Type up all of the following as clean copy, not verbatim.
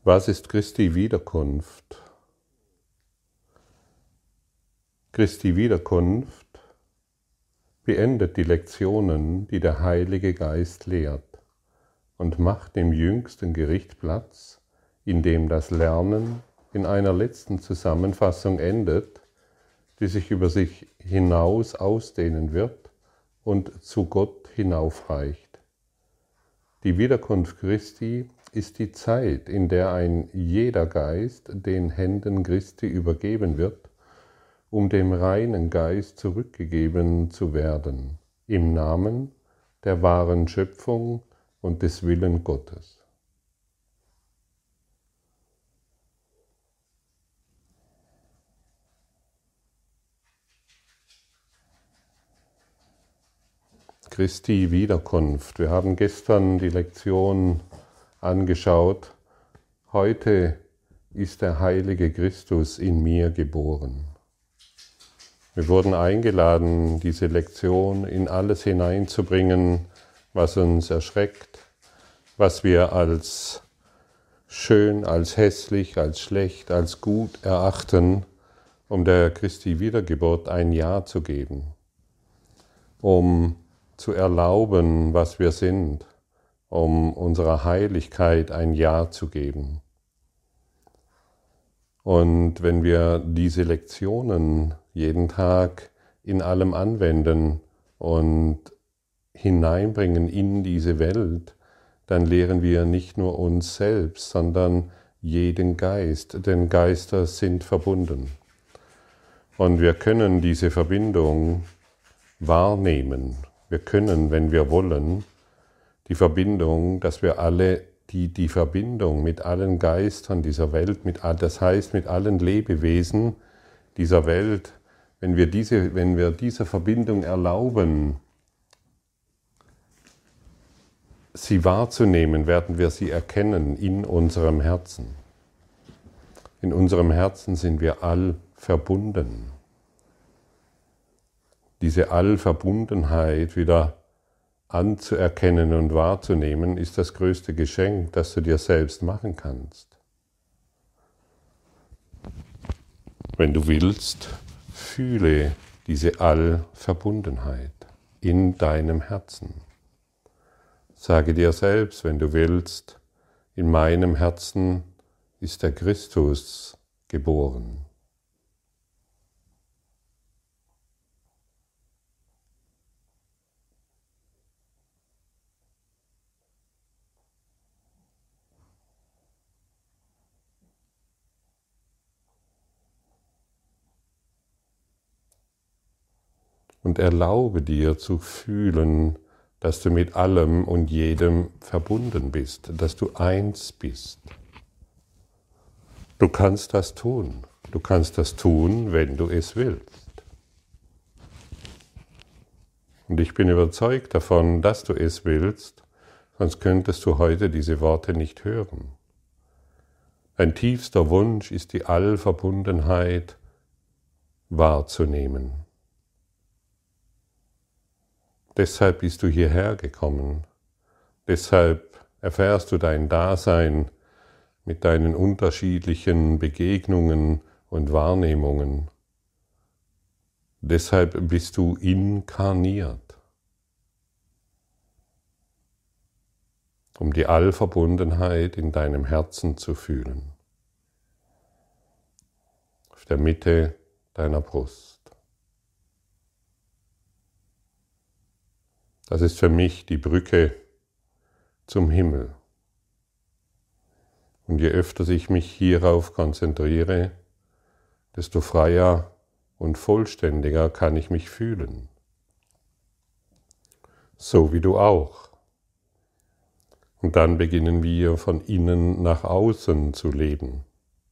Was ist Christi Wiederkunft? Christi Wiederkunft beendet die Lektionen, die der Heilige Geist lehrt, und macht dem jüngsten Gericht Platz, in dem das Lernen in einer letzten Zusammenfassung endet, die sich über sich hinaus ausdehnen wird und zu Gott hinaufreicht. Die Wiederkunft Christi ist die Zeit, in der ein jeder Geist den Händen Christi übergeben wird, um dem reinen Geist zurückgegeben zu werden, im Namen der wahren Schöpfung und des Willens Gottes. Christi Wiederkunft. Wir haben gestern die Lektion angeschaut. Heute ist der heilige Christus in mir geboren. Wir wurden eingeladen, diese Lektion in alles hineinzubringen, was uns erschreckt, was wir als schön, als hässlich, als schlecht, als gut erachten, um der Christi Wiedergeburt ein Ja zu geben, um zu erlauben, was wir sind, um unserer Heiligkeit ein Ja zu geben. Und wenn wir diese Lektionen jeden Tag in allem anwenden und hineinbringen in diese Welt, dann lehren wir nicht nur uns selbst, sondern jeden Geist, denn Geister sind verbunden. Und wir können diese Verbindung wahrnehmen. Wir können, wenn wir wollen, die Verbindung, dass wir alle die Verbindung mit allen Geistern dieser Welt, das heißt mit allen Lebewesen dieser Welt, wenn wir dieser Verbindung erlauben, sie wahrzunehmen, werden wir sie erkennen in unserem Herzen. In unserem Herzen sind wir all verbunden. Diese Allverbundenheit wieder anzuerkennen und wahrzunehmen, ist das größte Geschenk, das du dir selbst machen kannst. Wenn du willst, fühle diese Allverbundenheit in deinem Herzen. Sage dir selbst, wenn du willst, in meinem Herzen ist der Christus geboren. Und erlaube dir zu fühlen, dass du mit allem und jedem verbunden bist, dass du eins bist. Du kannst das tun. Du kannst das tun, wenn du es willst. Und ich bin überzeugt davon, dass du es willst, sonst könntest du heute diese Worte nicht hören. Ein tiefster Wunsch ist die Allverbundenheit wahrzunehmen. Deshalb bist du hierher gekommen. Deshalb erfährst du dein Dasein mit deinen unterschiedlichen Begegnungen und Wahrnehmungen. Deshalb bist du inkarniert, um die Allverbundenheit in deinem Herzen zu fühlen, auf der Mitte deiner Brust. Das ist für mich die Brücke zum Himmel. Und je öfter ich mich hierauf konzentriere, desto freier und vollständiger kann ich mich fühlen. So wie du auch. Und dann beginnen wir von innen nach außen zu leben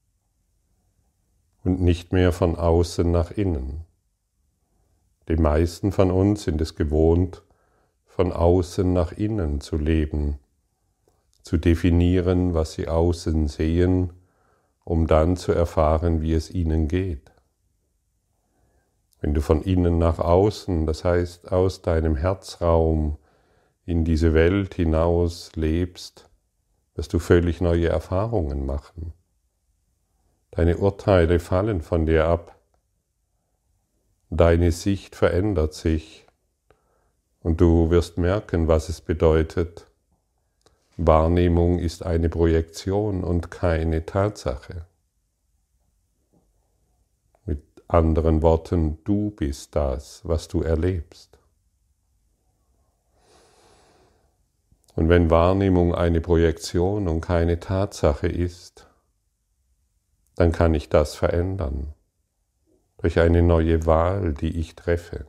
und nicht mehr von außen nach innen. Die meisten von uns sind es gewohnt, von außen nach innen zu leben, zu definieren, was sie außen sehen, um dann zu erfahren, wie es ihnen geht. Wenn du von innen nach außen, das heißt aus deinem Herzraum in diese Welt hinaus lebst, wirst du völlig neue Erfahrungen machen. Deine Urteile fallen von dir ab. Deine Sicht verändert sich und du wirst merken, was es bedeutet. Wahrnehmung ist eine Projektion und keine Tatsache. Mit anderen Worten, du bist das, was du erlebst. Und wenn Wahrnehmung eine Projektion und keine Tatsache ist, dann kann ich das verändern durch eine neue Wahl, die ich treffe.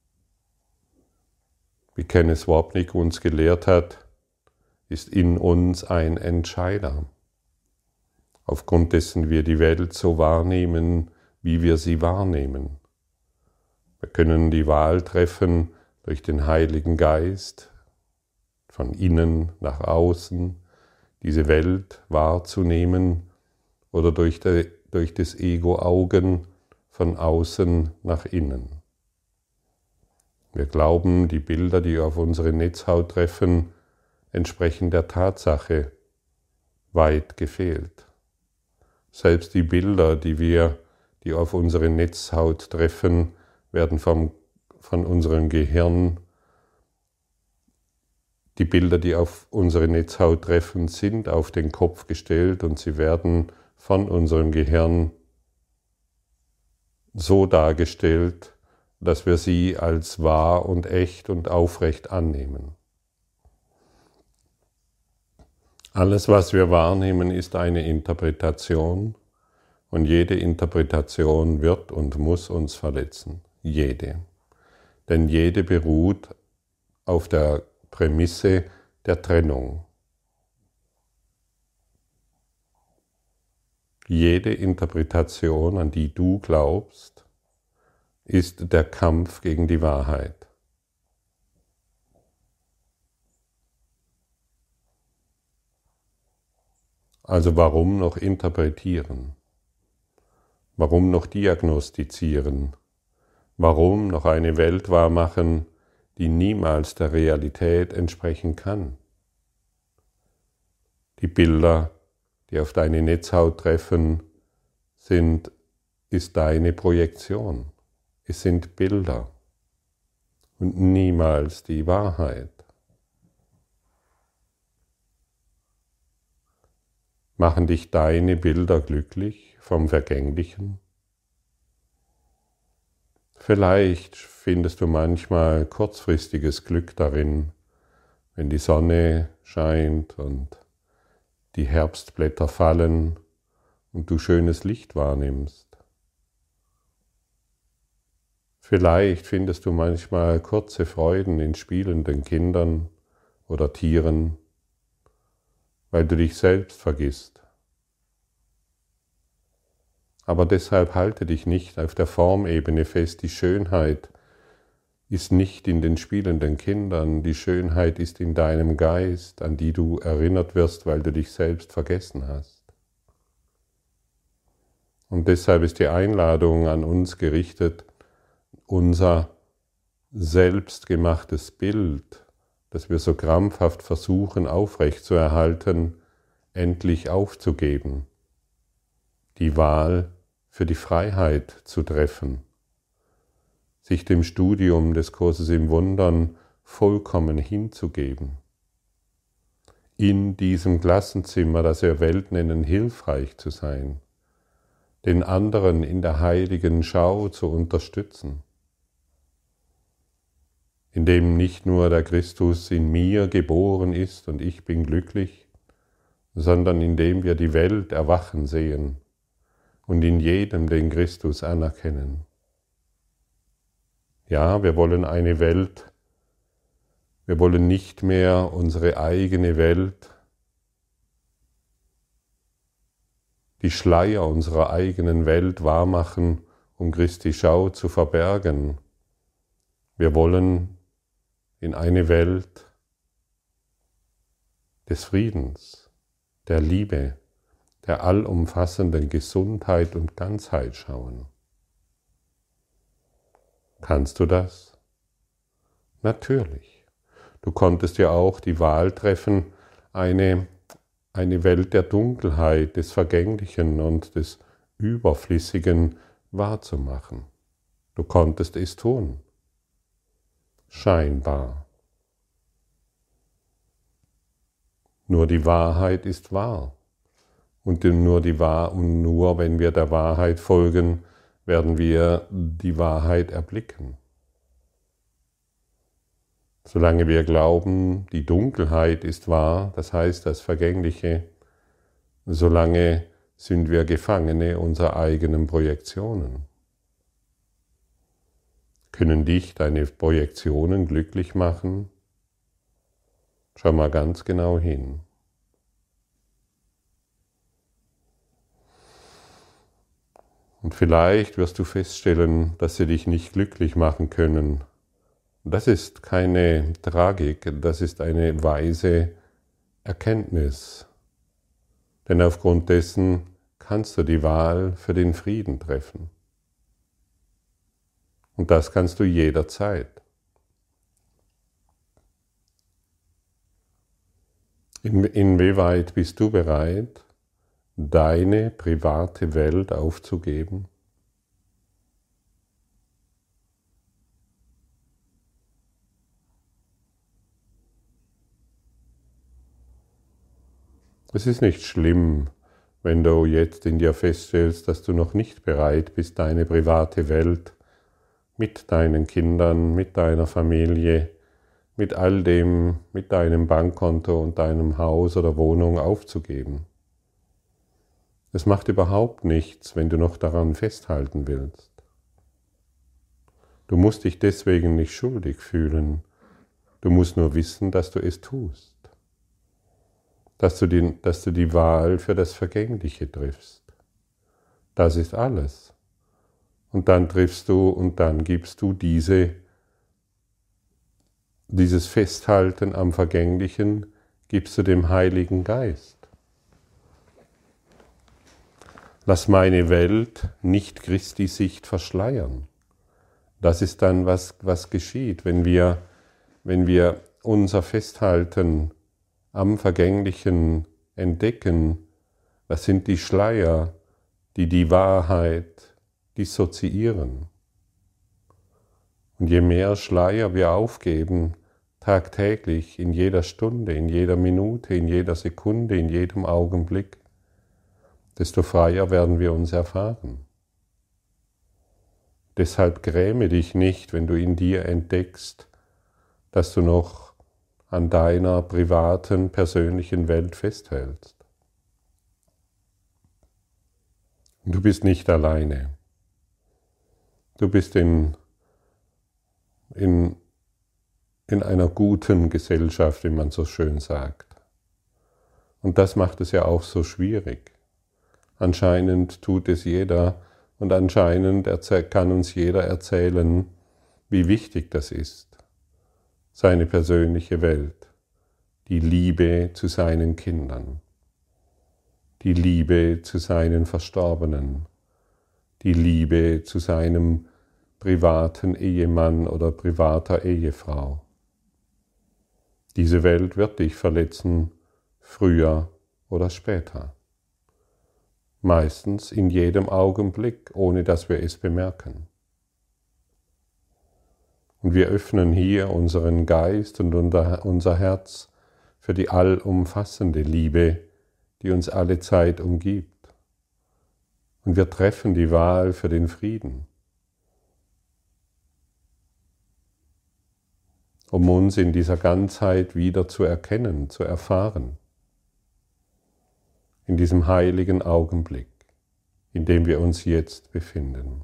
Wie Kenneth Wapnick uns gelehrt hat, ist in uns ein Entscheider, aufgrund dessen wir die Welt so wahrnehmen, wie wir sie wahrnehmen. Wir können die Wahl treffen durch den Heiligen Geist, von innen nach außen, diese Welt wahrzunehmen, oder durch das Ego-Augen von außen nach innen. Wir glauben, die Bilder, die auf unsere Netzhaut treffen, entsprechen der Tatsache. Weit gefehlt. Selbst die Bilder, die auf unsere Netzhaut treffen, werden von unserem Gehirn. Die Bilder, die auf unsere Netzhaut treffen, sind auf den Kopf gestellt und sie werden von unserem Gehirn so dargestellt, dass wir sie als wahr und echt und aufrecht annehmen. Alles, was wir wahrnehmen, ist eine Interpretation und jede Interpretation wird und muss uns verletzen. Jede. Denn jede beruht auf der Prämisse der Trennung. Jede Interpretation, an die du glaubst, ist der Kampf gegen die Wahrheit. Also warum noch interpretieren? Warum noch diagnostizieren? Warum noch eine Welt wahrmachen, die niemals der Realität entsprechen kann? Die Bilder, die auf deine Netzhaut treffen, ist deine Projektion. Es sind Bilder und niemals die Wahrheit. Machen dich deine Bilder glücklich vom Vergänglichen? Vielleicht findest du manchmal kurzfristiges Glück darin, wenn die Sonne scheint und die Herbstblätter fallen und du schönes Licht wahrnimmst. Vielleicht findest du manchmal kurze Freuden in spielenden Kindern oder Tieren, weil du dich selbst vergisst. Aber deshalb halte dich nicht auf der Formebene fest. Die Schönheit ist nicht in den spielenden Kindern, die Schönheit ist in deinem Geist, an die du erinnert wirst, weil du dich selbst vergessen hast. Und deshalb ist die Einladung an uns gerichtet, unser selbstgemachtes Bild, das wir so krampfhaft versuchen aufrechtzuerhalten, endlich aufzugeben, die Wahl für die Freiheit zu treffen, sich dem Studium des Kurses im Wundern vollkommen hinzugeben, in diesem Klassenzimmer, das wir Welt nennen, hilfreich zu sein, den anderen in der heiligen Schau zu unterstützen, indem nicht nur der Christus in mir geboren ist und ich bin glücklich, sondern indem wir die Welt erwachen sehen und in jedem den Christus anerkennen. Ja, wir wollen eine Welt, wir wollen nicht mehr unsere eigene Welt, die Schleier unserer eigenen Welt wahrmachen, um Christi Schau zu verbergen. Wir wollen in eine Welt des Friedens, der Liebe, der allumfassenden Gesundheit und Ganzheit schauen. Kannst du das? Natürlich. Du konntest ja auch die Wahl treffen, eine eine Welt der Dunkelheit, des Vergänglichen und des Überflüssigen wahrzumachen. Du konntest es tun. Scheinbar. Nur die Wahrheit ist wahr. Und nur wenn wir der Wahrheit folgen, werden wir die Wahrheit erblicken. Solange wir glauben, die Dunkelheit ist wahr, das heißt das Vergängliche, solange sind wir Gefangene unserer eigenen Projektionen. Können dich deine Projektionen glücklich machen? Schau mal ganz genau hin. Und vielleicht wirst du feststellen, dass sie dich nicht glücklich machen können. Das ist keine Tragik, das ist eine weise Erkenntnis. Denn aufgrund dessen kannst du die Wahl für den Frieden treffen. Und das kannst du jederzeit. Inwieweit bist du bereit, deine private Welt aufzugeben? Es ist nicht schlimm, wenn du jetzt in dir feststellst, dass du noch nicht bereit bist, deine private Welt mit deinen Kindern, mit deiner Familie, mit all dem, mit deinem Bankkonto und deinem Haus oder Wohnung aufzugeben. Es macht überhaupt nichts, wenn du noch daran festhalten willst. Du musst dich deswegen nicht schuldig fühlen. Du musst nur wissen, dass du es tust. Dass du die Wahl für das Vergängliche triffst. Das ist alles. Und dann triffst du und dann gibst du dieses Festhalten am Vergänglichen, gibst du dem Heiligen Geist. Lass meine Welt nicht Christi Sicht verschleiern. Das ist dann, was geschieht, wenn wir unser Festhalten am Vergänglichen entdecken. Das sind die Schleier, die die Wahrheit dissoziieren. Und je mehr Schleier wir aufgeben, tagtäglich, in jeder Stunde, in jeder Minute, in jeder Sekunde, in jedem Augenblick, desto freier werden wir uns erfahren. Deshalb gräme dich nicht, wenn du in dir entdeckst, dass du noch an deiner privaten, persönlichen Welt festhältst. Und du bist nicht alleine. Du bist in einer guten Gesellschaft, wie man so schön sagt. Und das macht es ja auch so schwierig. Anscheinend tut es jeder und anscheinend kann uns jeder erzählen, wie wichtig das ist. Seine persönliche Welt, die Liebe zu seinen Kindern, die Liebe zu seinen Verstorbenen, die Liebe zu seinem privaten Ehemann oder privater Ehefrau. Diese Welt wird dich verletzen, früher oder später. Meistens in jedem Augenblick, ohne dass wir es bemerken. Und wir öffnen hier unseren Geist und unser Herz für die allumfassende Liebe, die uns alle Zeit umgibt. Und wir treffen die Wahl für den Frieden, um uns in dieser Ganzheit wieder zu erkennen, zu erfahren. In diesem heiligen Augenblick, in dem wir uns jetzt befinden.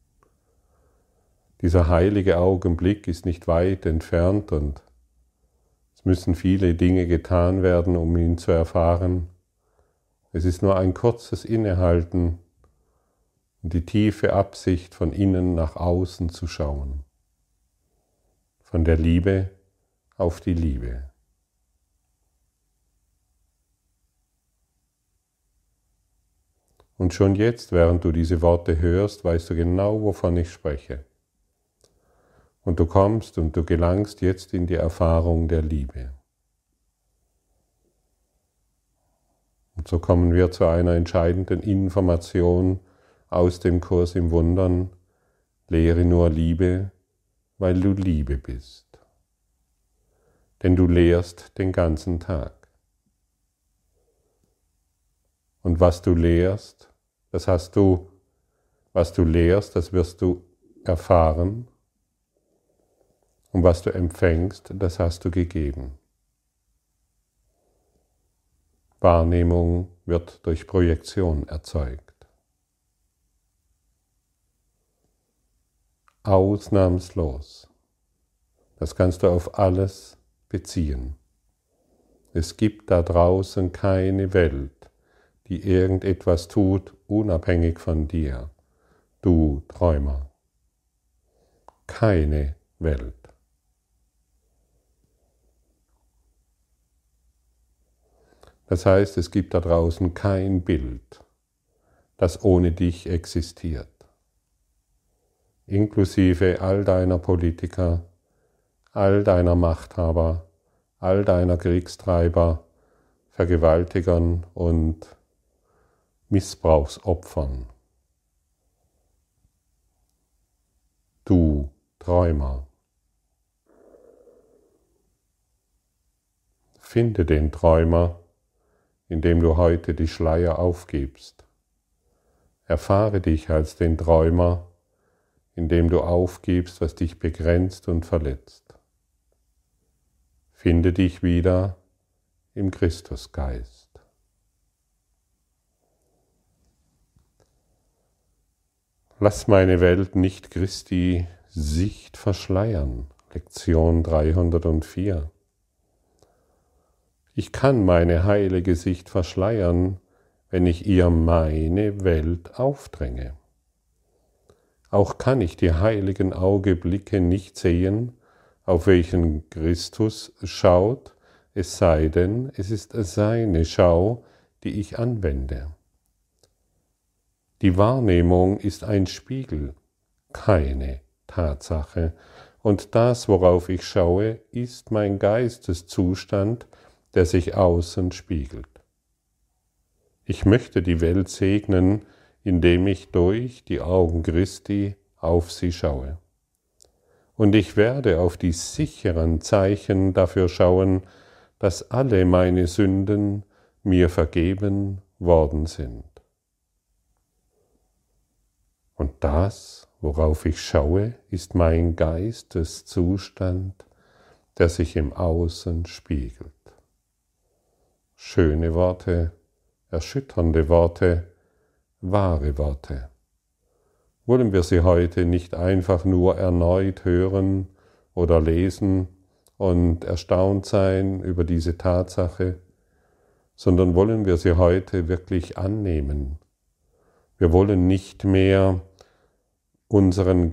Dieser heilige Augenblick ist nicht weit entfernt und es müssen viele Dinge getan werden, um ihn zu erfahren. Es ist nur ein kurzes Innehalten und die tiefe Absicht, von innen nach außen zu schauen. Von der Liebe auf die Liebe. Und schon jetzt, während du diese Worte hörst, weißt du genau, wovon ich spreche. Und du kommst und du gelangst jetzt in die Erfahrung der Liebe. Und so kommen wir zu einer entscheidenden Information aus dem Kurs im Wundern. Lehre nur Liebe, weil du Liebe bist. Denn du lehrst den ganzen Tag. Und was du lehrst, das wirst du erfahren. Und was du empfängst, das hast du gegeben. Wahrnehmung wird durch Projektion erzeugt. Ausnahmslos. Das kannst du auf alles beziehen. Es gibt da draußen keine Welt, die irgendetwas tut, unabhängig von dir, du Träumer. Keine Welt. Das heißt, es gibt da draußen kein Bild, das ohne dich existiert. Inklusive all deiner Politiker, all deiner Machthaber, all deiner Kriegstreiber, Vergewaltigern und Missbrauchsopfern. Du Träumer. Finde den Träumer, indem du heute die Schleier aufgibst. Erfahre dich als den Träumer, indem du aufgibst, was dich begrenzt und verletzt. Finde dich wieder im Christusgeist. Lass meine Welt nicht Christi Sicht verschleiern. Lektion 304. Ich kann meine heilige Sicht verschleiern, wenn ich ihr meine Welt aufdränge. Auch kann ich die heiligen Augenblicke nicht sehen, auf welchen Christus schaut, es sei denn, es ist seine Schau, die ich anwende. Die Wahrnehmung ist ein Spiegel, keine Tatsache, und das, worauf ich schaue, ist mein Geisteszustand, der sich außen spiegelt. Ich möchte die Welt segnen, indem ich durch die Augen Christi auf sie schaue. Und ich werde auf die sicheren Zeichen dafür schauen, dass alle meine Sünden mir vergeben worden sind. Und das, worauf ich schaue, ist mein Geisteszustand, der sich im Außen spiegelt. Schöne Worte, erschütternde Worte, wahre Worte. Wollen wir sie heute nicht einfach nur erneut hören oder lesen und erstaunt sein über diese Tatsache, sondern wollen wir sie heute wirklich annehmen. Wir wollen nicht mehr unseren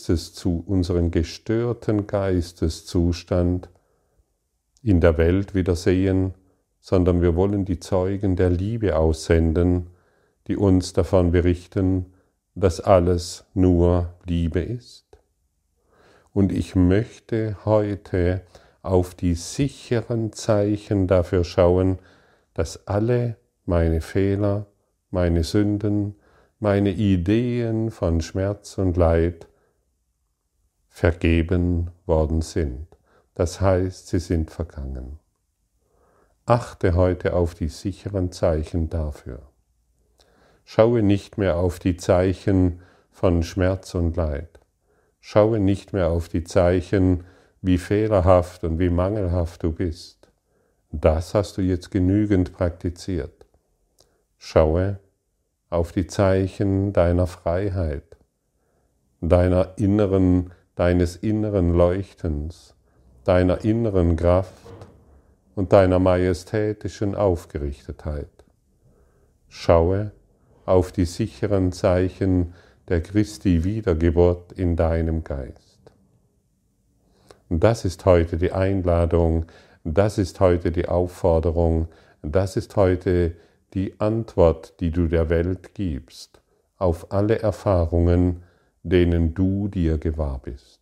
gestörten Geisteszustand in der Welt wieder sehen, sondern wir wollen die Zeugen der Liebe aussenden, die uns davon berichten, dass alles nur Liebe ist. Und ich möchte heute auf die sicheren Zeichen dafür schauen, dass alle meine Fehler, meine Sünden, meine Ideen von Schmerz und Leid vergeben worden sind. Das heißt, sie sind vergangen. Achte heute auf die sicheren Zeichen dafür. Schaue nicht mehr auf die Zeichen von Schmerz und Leid. Schaue nicht mehr auf die Zeichen, wie fehlerhaft und wie mangelhaft du bist. Das hast du jetzt genügend praktiziert. Schaue auf die Zeichen deiner Freiheit, deines inneren Leuchtens, deiner inneren Kraft und deiner majestätischen Aufgerichtetheit. Schaue auf die sicheren Zeichen der Christi Wiedergeburt in deinem Geist. Und das ist heute die Einladung, das ist heute die Aufforderung, das ist heute die Antwort, die du der Welt gibst, auf alle Erfahrungen, denen du dir gewahr bist.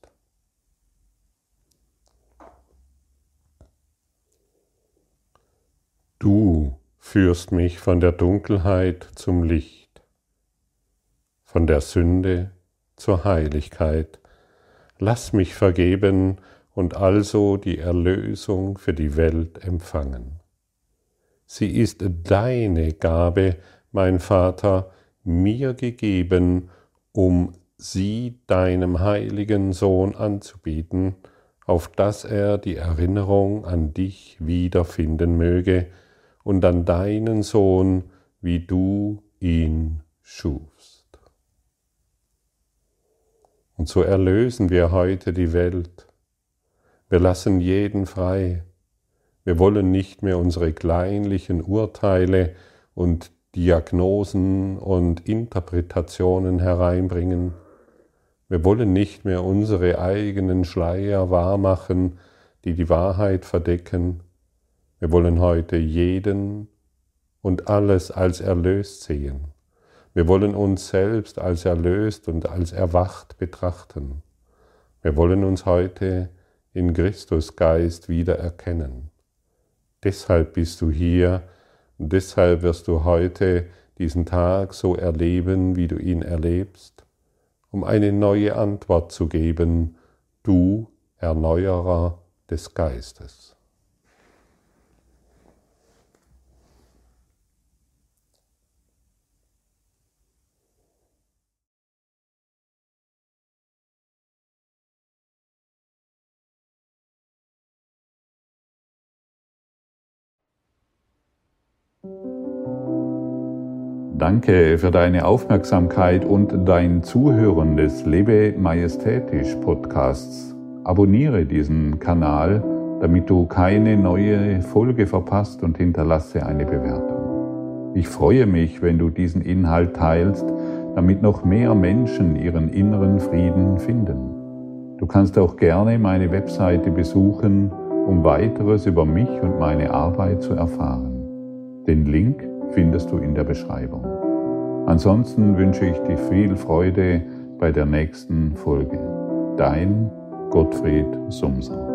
Du führst mich von der Dunkelheit zum Licht, von der Sünde zur Heiligkeit. Lass mich vergeben und also die Erlösung für die Welt empfangen. Sie ist deine Gabe, mein Vater, mir gegeben, um sie deinem heiligen Sohn anzubieten, auf dass er die Erinnerung an dich wiederfinden möge und an deinen Sohn, wie du ihn schufst. Und so erlösen wir heute die Welt. Wir lassen jeden frei. Wir wollen nicht mehr unsere kleinlichen Urteile und Diagnosen und Interpretationen hereinbringen. Wir wollen nicht mehr unsere eigenen Schleier wahrmachen, die die Wahrheit verdecken. Wir wollen heute jeden und alles als erlöst sehen. Wir wollen uns selbst als erlöst und als erwacht betrachten. Wir wollen uns heute in Christus Geist wiedererkennen. Deshalb bist du hier und deshalb wirst du heute diesen Tag so erleben, wie du ihn erlebst, um eine neue Antwort zu geben, du Erneuerer des Geistes. Danke für deine Aufmerksamkeit und dein Zuhören des Lebe Majestätisch Podcasts. Abonniere diesen Kanal, damit du keine neue Folge verpasst und hinterlasse eine Bewertung. Ich freue mich, wenn du diesen Inhalt teilst, damit noch mehr Menschen ihren inneren Frieden finden. Du kannst auch gerne meine Webseite besuchen, um weiteres über mich und meine Arbeit zu erfahren. Den Link findest du in der Beschreibung. Ansonsten wünsche ich dir viel Freude bei der nächsten Folge. Dein Gottfried Sumser.